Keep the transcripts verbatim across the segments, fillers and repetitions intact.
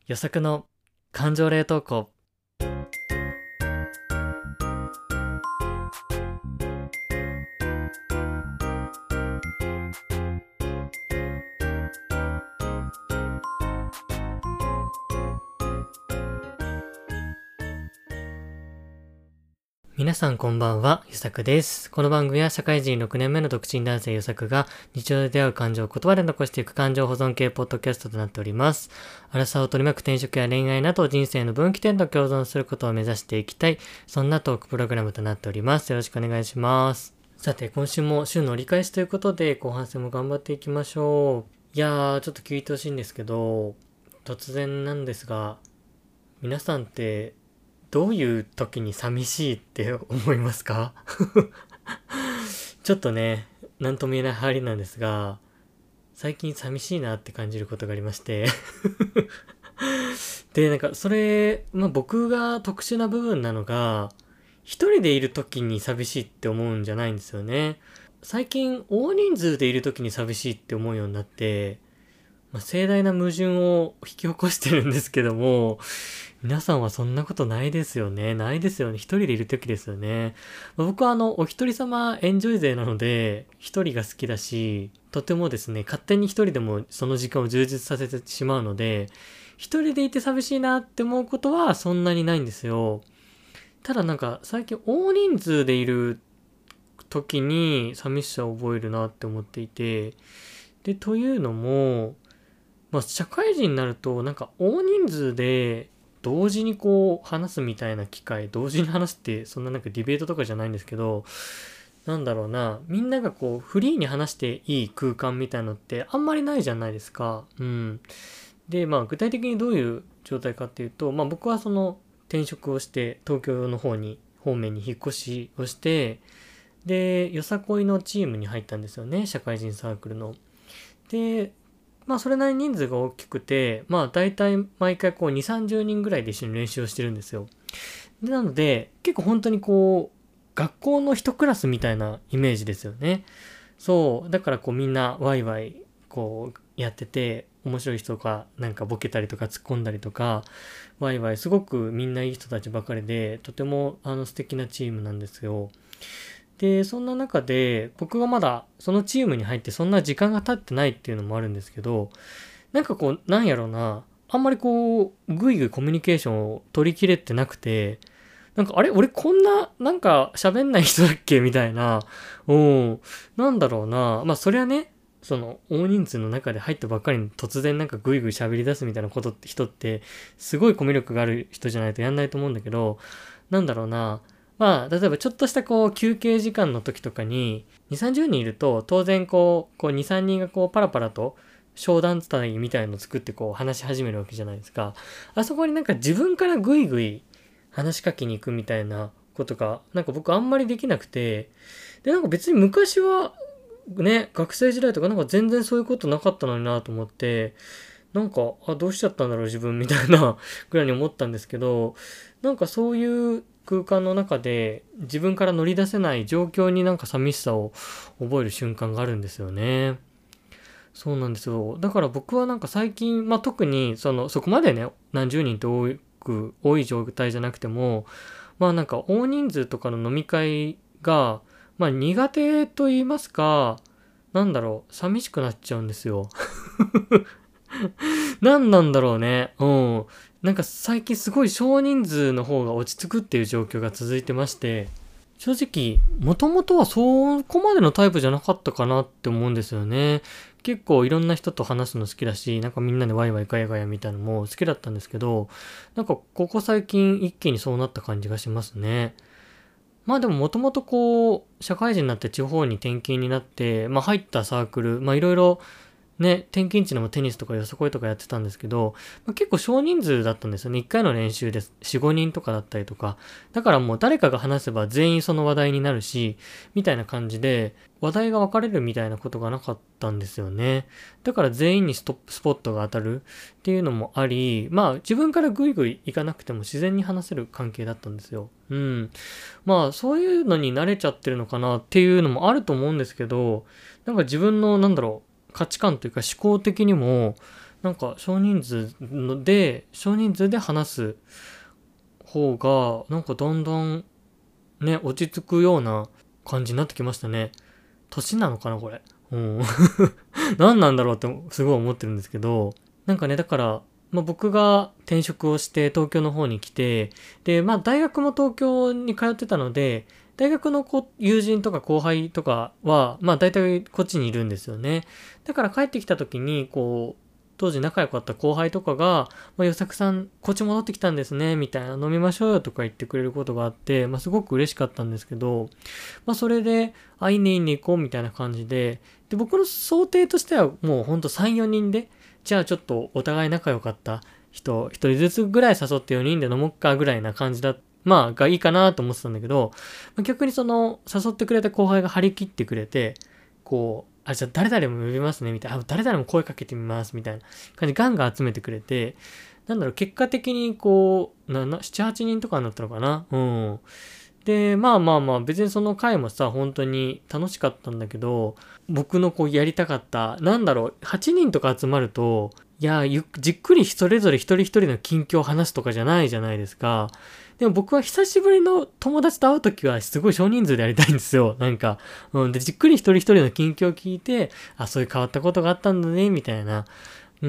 予測の感情冷凍庫。皆さんこんばんは、ゆさくです。この番組は社会人ろくねんめの独身男性ゆさくが日常で出会う感情を言葉で残していく感情保存系ポッドキャストとなっております。アラサーを取り巻く転職や恋愛など人生の分岐点と共存することを目指していきたい、そんなトークプログラムとなっております。よろしくお願いします。さて、今週も週の折り返しということで後半戦も頑張っていきましょう。いやー、ちょっと聞いてほしいんですけど、突然なんですが、皆さんってどういう時に寂しいって思いますか？ちょっとね、なんとも言えない入りなんですが、最近寂しいなって感じることがありましてで、なんかそれ、まあ僕が特殊な部分なのが、一人でいる時に寂しいって思うんじゃないんですよね。最近大人数でいる時に寂しいって思うようになって、まあ、盛大な矛盾を引き起こしてるんですけども、皆さんはそんなことないですよね。ないですよね。一人でいる時ですよね。まあ僕はあの、お一人様エンジョイ勢なので、一人が好きだし、とてもですね、勝手に一人でもその時間を充実させてしまうので、一人でいて寂しいなって思うことはそんなにないんですよ。ただなんか最近大人数でいる時に寂しさを覚えるなって思っていて、で、というのも、まあ、社会人になるとなんか大人数で同時にこう話すみたいな機会、同時に話すってそんななんかディベートとかじゃないんですけど、なんだろうな、みんながこうフリーに話していい空間みたいなのってあんまりないじゃないですか。うん。で、まあ具体的にどういう状態かっていうと、まあ僕はその転職をして東京の方に、方面に引っ越しをして、で、よさこいのチームに入ったんですよね、社会人サークルの。で、まあそれなりに人数が大きくて、まあ大体毎回こうに、さんじゅうにんぐらいで一緒に練習をしてるんですよ。でなので、結構本当にこう、学校の一クラスみたいなイメージですよね。そう、だからこうみんなワイワイこうやってて、面白い人がなんかボケたりとか突っ込んだりとか、ワイワイすごくみんないい人たちばかりで、とてもあの素敵なチームなんですよ。で、そんな中で、僕がまだそのチームに入ってそんな時間が経ってないっていうのもあるんですけど、なんかこう、なんやろな、あんまりこう、ぐいぐいコミュニケーションを取り切れてなくて、なんか、あれ俺こんな、なんか喋んない人だっけみたいな、うん、なんだろうな、まあそりゃね、その大人数の中で入ったばっかりに突然なんかグイグイ喋り出すみたいなことって人ってすごいコミュ力がある人じゃないとやんないと思うんだけど、なんだろうな、まあ、例えばちょっとしたこう休憩時間の時とかにに、さんじゅうにんいると当然こう、こうに、さんにんがこうパラパラと商談伝いみたいのを作ってこう話し始めるわけじゃないですか。あそこになんか自分からグイグイ話しかけに行くみたいなことがなんか僕あんまりできなくて、でなんか別に昔はね、学生時代とかなんか全然そういうことなかったのになと思って、なんか、あ、どうしちゃったんだろう自分みたいなぐらいに思ったんですけど、なんかそういう空間の中で自分から乗り出せない状況になんか寂しさを覚える瞬間があるんですよね。そうなんですよ。だから僕はなんか最近、まあ特にその、そこまでね、何十人と多く、多い状態じゃなくても、まあなんか大人数とかの飲み会が、まあ苦手と言いますか、なんだろう、寂しくなっちゃうんですよ。何なんだろうね。うん。なんか最近すごい少人数の方が落ち着くっていう状況が続いてまして、正直、もともとはそこまでのタイプじゃなかったかなって思うんですよね。結構いろんな人と話すの好きだし、なんかみんなでワイワイガヤガヤみたいなのも好きだったんですけど、なんかここ最近一気にそうなった感じがしますね。まあでももともとこう、社会人になって地方に転勤になって、まあ入ったサークル、まあいろいろね、転勤地でもテニスとかよさこいとかやってたんですけど、まあ、結構少人数だったんですよね。いっかいの練習でよん、ごにんとかだったりとか。だからもう誰かが話せば全員その話題になるし、みたいな感じで、話題が分かれるみたいなことがなかったんですよね。だから全員にストップスポットが当たるっていうのもあり、まあ自分からグイグイ行かなくても自然に話せる関係だったんですよ。うん。まあそういうのに慣れちゃってるのかなっていうのもあると思うんですけど、なんか自分のなんだろう、価値観というか思考的にも、 なんか少人数ので、少人数で話す方が、なんかだんだんね、落ち着くような感じになってきましたね。年なのかな、これ。うん。何なんだろうってすごい思ってるんですけど、なんかね、だから、まあ、僕が転職をして東京の方に来て、で、まあ大学も東京に通ってたので、大学のこ友人とか後輩とかは、まあ大体こっちにいるんですよね。だから帰ってきた時に、こう、当時仲良かった後輩とかが、まあ、よさくさん、こっち戻ってきたんですね、みたいな、飲みましょうよとか言ってくれることがあって、まあ、すごく嬉しかったんですけど、まあ、それで、あ、いいね、いいね、行こう、みたいな感じで、で、僕の想定としては、もうほんとさん、よにんで、じゃあちょっとお互い仲良かった人、ひとりずつぐらい誘ってよにんで飲もっか、ぐらいな感じだ、まあ、がいいかなと思ってたんだけど、まあ、逆にその、誘ってくれた後輩が張り切ってくれて、こう、あ、じゃあ誰々も呼びますね、みたいな。あ、誰々も声かけてみます、みたいな感じでガンガン集めてくれて、なんだろう、結果的にこう、な、な、なな、はちにんとかになったのかな。うん。で、まあまあまあ、別にその回もさ、本当に楽しかったんだけど、僕のこうやりたかった、なんだろう、はちにんとか集まると、いや、ゆじっくりそれぞれ一人一人の近況を話すとかじゃないじゃないですか。でも僕は久しぶりの友達と会うときはすごい少人数でやりたいんですよ。なんか、うん。で、じっくり一人一人の近況を聞いて、あ、そういう変わったことがあったんだね、みたいな、うん、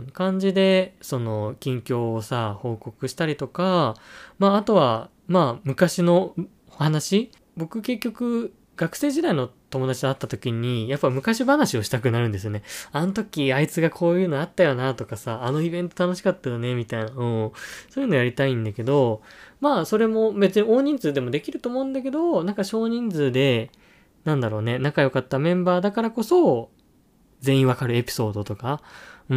感じで、その、近況をさ、報告したりとか、まあ、あとは、まあ、昔の話僕結局、学生時代の友達と会った時に、やっぱ昔話をしたくなるんですよね。あの時、あいつがこういうのあったよなとかさ、あのイベント楽しかったよね、みたいな、うん。そういうのやりたいんだけど、まあ、それも別に大人数でもできると思うんだけど、なんか少人数で、なんだろうね、仲良かったメンバーだからこそ、全員わかるエピソードとか、うん、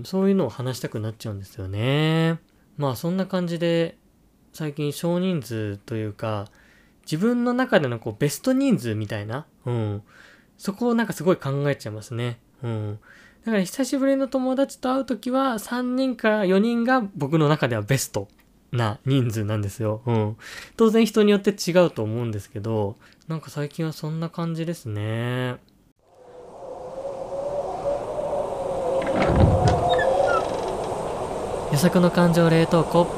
そういうのを話したくなっちゃうんですよね。まあ、そんな感じで、最近少人数というか、自分の中でのこうベスト人数みたいな、うん。そこをなんかすごい考えちゃいますね。うん。だから久しぶりの友達と会うときはさんにんからよにんが僕の中ではベストな人数なんですよ。うん。当然人によって違うと思うんですけど、なんか最近はそんな感じですね。予測の感情冷凍庫。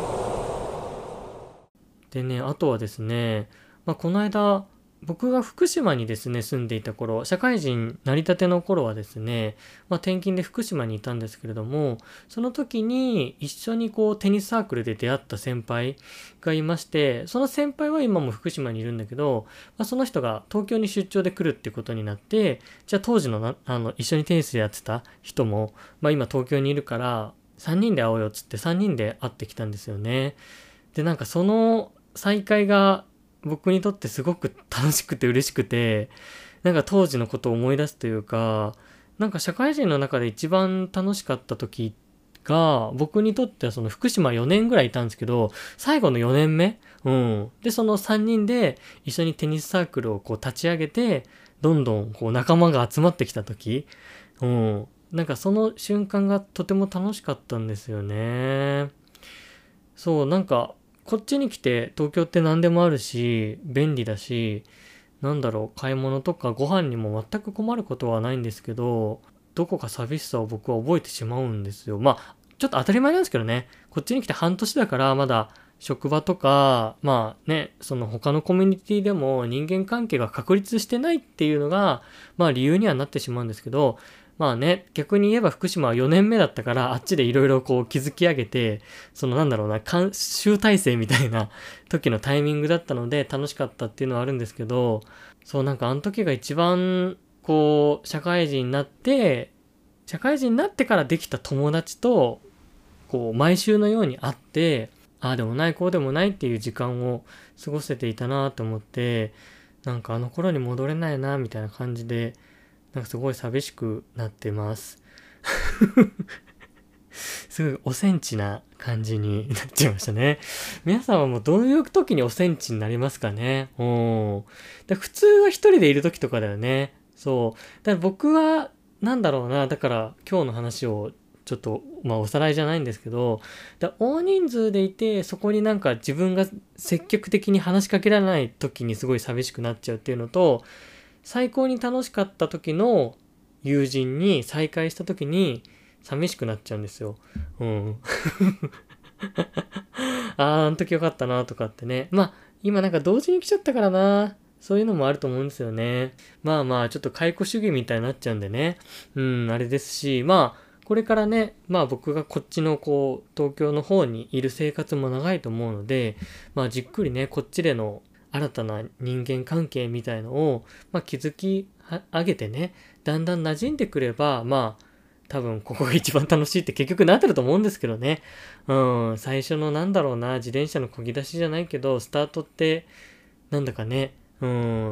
でね、あとはですね、まあ、この間、僕が福島にですね、住んでいた頃、社会人成り立ての頃はですね、まあ、転勤で福島にいたんですけれども、その時に一緒にこうテニスサークルで出会った先輩がいまして、その先輩は今も福島にいるんだけど、まあ、その人が東京に出張で来るってことになって、じゃあ当時のな、あの、一緒にテニスやってた人も、まあ、今東京にいるから、さんにんで会おうよっつってさんにんで会ってきたんですよね。で、なんかその再会が僕にとってすごく楽しくて嬉しくて、なんか当時のことを思い出すというか、なんか社会人の中で一番楽しかった時が、僕にとってはその福島よねんぐらいいたんですけど、最後のよねんめ、うん。で、そのさんにんで一緒にテニスサークルをこう立ち上げて、どんどんこう仲間が集まってきた時、うん。なんかその瞬間がとても楽しかったんですよね。そう、なんか、こっちに来て東京って何でもあるし、便利だし、なんだろう、買い物とかご飯にも全く困ることはないんですけど、どこか寂しさを僕は覚えてしまうんですよ。まあ、ちょっと当たり前なんですけどね、こっちに来て半年だからまだ職場とか、まあね、その他のコミュニティでも人間関係が確立してないっていうのが、まあ理由にはなってしまうんですけど、まあね、逆に言えば福島はよねんめだったから、あっちでいろいろこう築き上げて、そのなんだろうな、集大成みたいな時のタイミングだったので楽しかったっていうのはあるんですけど、そうなんかあの時が一番、こう、社会人になって、社会人になってからできた友達と、こう、毎週のように会って、ああでもない、こうでもないっていう時間を過ごせていたなと思って、なんかあの頃に戻れないな、みたいな感じで、なんかすごい寂しくなってます。すごいおセンチな感じになっちゃいましたね。皆さんはもうどういう時におセンチになりますかね。うん。だ普通は一人でいる時とかだよね。そう。だから僕は、なんだろうな。だから今日の話をちょっと、まあおさらいじゃないんですけど、だ大人数でいて、そこになんか自分が積極的に話しかけられない時にすごい寂しくなっちゃうっていうのと、最高に楽しかった時の友人に再会した時に寂しくなっちゃうんですよ。うん。あー、あの時よかったなとかってね。まあ、今なんか同時に来ちゃったからな。そういうのもあると思うんですよね。まあまあ、ちょっと解雇主義みたいになっちゃうんでね。うん、あれですし、まあ、これからね、まあ僕がこっちのこう、東京の方にいる生活も長いと思うので、まあじっくりね、こっちでの新たな人間関係みたいのを、まあ築き上げてね、だんだん馴染んでくれば、まあ、多分ここが一番楽しいって結局なってると思うんですけどね。うん、最初のなんだろうな、自転車の漕ぎ出しじゃないけど、スタートって、なんだかね、うん、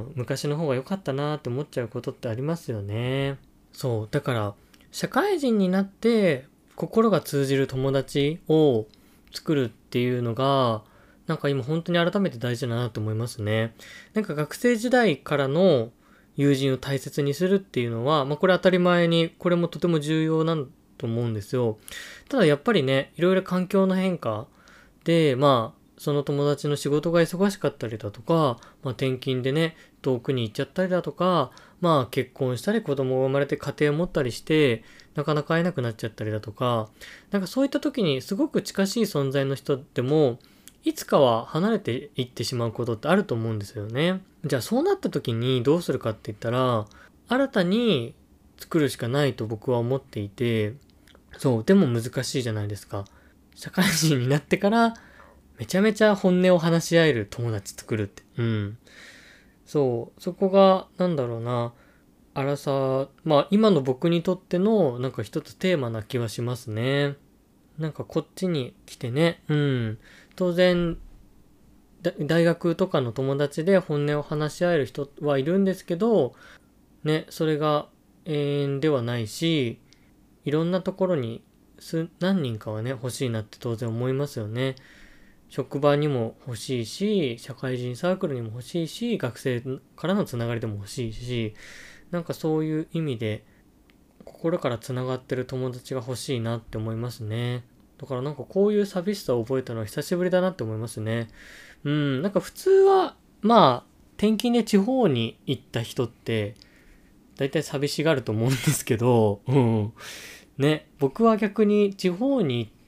昔の方が良かったなって思っちゃうことってありますよね。そう、だから、社会人になって心が通じる友達を作るっていうのが、なんか今本当に改めて大事だなと思いますね。なんか学生時代からの友人を大切にするっていうのは、まあこれ当たり前に、これもとても重要なんと思うんですよ。ただやっぱりね、いろいろ環境の変化で、まあ、その友達の仕事が忙しかったりだとか、まあ転勤でね、遠くに行っちゃったりだとか、まあ結婚したり子供が生まれて家庭を持ったりして、なかなか会えなくなっちゃったりだとか、なんかそういった時にすごく近しい存在の人でも、いつかは離れていってしまうことってあると思うんですよね。じゃあそうなった時にどうするかって言ったら、新たに作るしかないと僕は思っていて、そう、でも難しいじゃないですか。社会人になってからめちゃめちゃ本音を話し合える友達作るって。うん。そう、そこが、なんだろうな、あらさ、まあ今の僕にとってのなんか一つテーマな気はしますね。なんかこっちに来てね、うん。当然、大学とかの友達で本音を話し合える人はいるんですけど、ね、それが永遠ではないし、いろんなところに何人かはね、欲しいなって当然思いますよね。職場にも欲しいし、社会人サークルにも欲しいし、学生からのつながりでも欲しいし、なんかそういう意味で、心からつながってる友達が欲しいなって思いますね。だからなんかこういう寂しさを覚えたのは久しぶりだなって思いますね。うん、なんか普通は、まあ、転勤で地方に行った人って、だいたい寂しがると思うんですけど、うん。ね、僕は逆に地方に行って、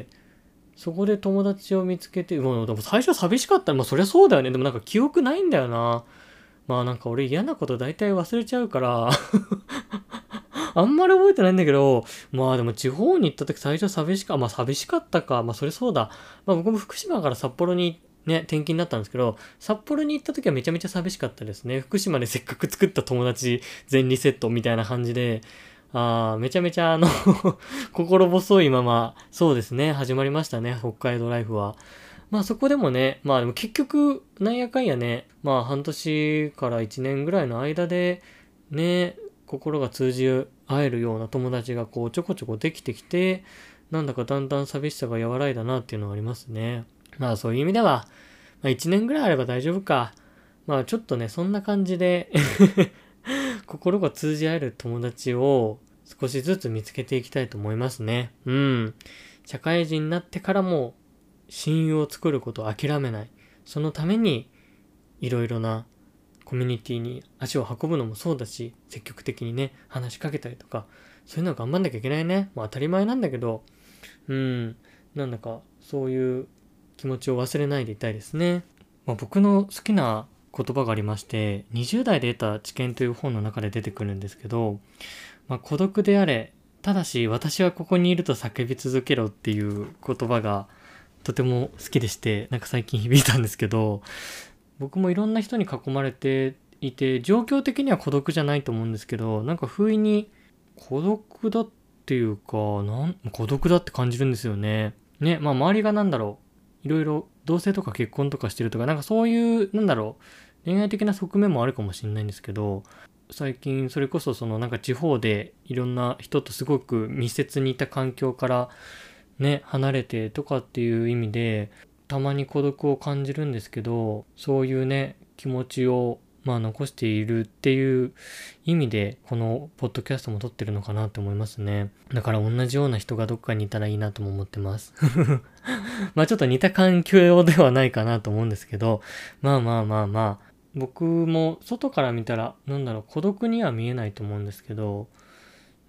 そこで友達を見つけて、もうでも最初寂しかったら、まあそりゃそうだよね。でもなんか記憶ないんだよな。まあなんか俺嫌なこと大体忘れちゃうからあんまり覚えてないんだけど、まあでも地方に行った時最初寂しか、まあ寂しかったか、まあそれそうだ。まあ僕も福島から札幌にね、転勤になったんですけど、札幌に行った時はめちゃめちゃ寂しかったですね。福島でせっかく作った友達全リセットみたいな感じで、あーめちゃめちゃあの心細いまま、そうですね、始まりましたね、北海道ライフは。まあそこでもね、まあでも結局、なんやかんやね、まあ半年からいちねんぐらいの間で、ね、心が通じ合えるような友達がこうちょこちょこできてきて、なんだかだんだん寂しさが和らいだなっていうのがありますね。まあそういう意味では、まあいちねんぐらいあれば大丈夫か。まあちょっとね、そんな感じで心が通じ合える友達を少しずつ見つけていきたいと思いますね。うん。社会人になってからも親友を作ることを諦めない。そのためにいろいろなコミュニティに足を運ぶのもそうだし、積極的にね、話しかけたりとか、そういうのは頑張んなきゃいけないね。もう当たり前なんだけど、うん、なんだかそういう気持ちを忘れないでいたいですね。まあ、僕の好きな言葉がありまして、にじゅう代で得た知見という本の中で出てくるんですけど、まあ、孤独であれ、ただし私はここにいると叫び続けろっていう言葉がとても好きでして、なんか最近響いたんですけど、僕もいろんな人に囲まれていて、状況的には孤独じゃないと思うんですけど、なんか不意に孤独だっていうか、なん孤独だって感じるんですよね。ね、まあ周りがなんだろう、いろいろ同棲とか結婚とかしてるとか、なんかそういう、なんだろう、恋愛的な側面もあるかもしれないんですけど、最近それこそそのなんか地方でいろんな人とすごく密接にいた環境からね、離れてとかっていう意味で、たまに孤独を感じるんですけど、そういうね、気持ちをまあ残しているっていう意味で、このポッドキャストも撮ってるのかなと思いますね。だから同じような人がどっかにいたらいいなとも思ってます。まあちょっと似た環境ではないかなと思うんですけど、まあまあまあまあ、僕も外から見たら、なんだろう、孤独には見えないと思うんですけど、う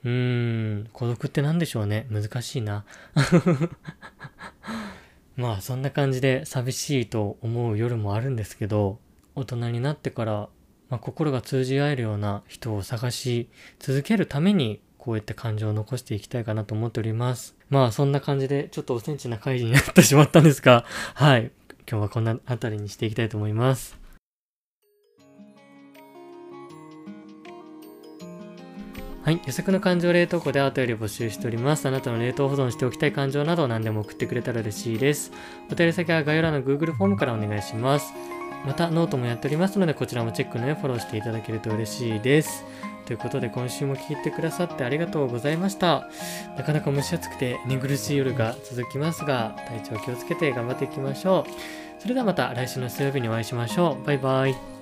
うーん、孤独って何でしょうね。難しいな。まあそんな感じで寂しいと思う夜もあるんですけど、大人になってから、まあ、心が通じ合えるような人を探し続けるために、こうやって感情を残していきたいかなと思っております。まあそんな感じでちょっとおセンチな回になってしまったんですが、はい。今日はこんなあたりにしていきたいと思います。はい。予測の感情冷凍庫でアートより募集しております。あなたの冷凍保存しておきたい感情など何でも送ってくれたら嬉しいです。お便り先は概要欄の Google フォームからお願いします。またノートもやっておりますので、こちらもチェックの上フォローしていただけると嬉しいです。ということで今週も聞いてくださってありがとうございました。なかなか蒸し暑くて寝苦しい夜が続きますが、体調気をつけて頑張っていきましょう。それではまた来週の水曜日にお会いしましょう。バイバイ。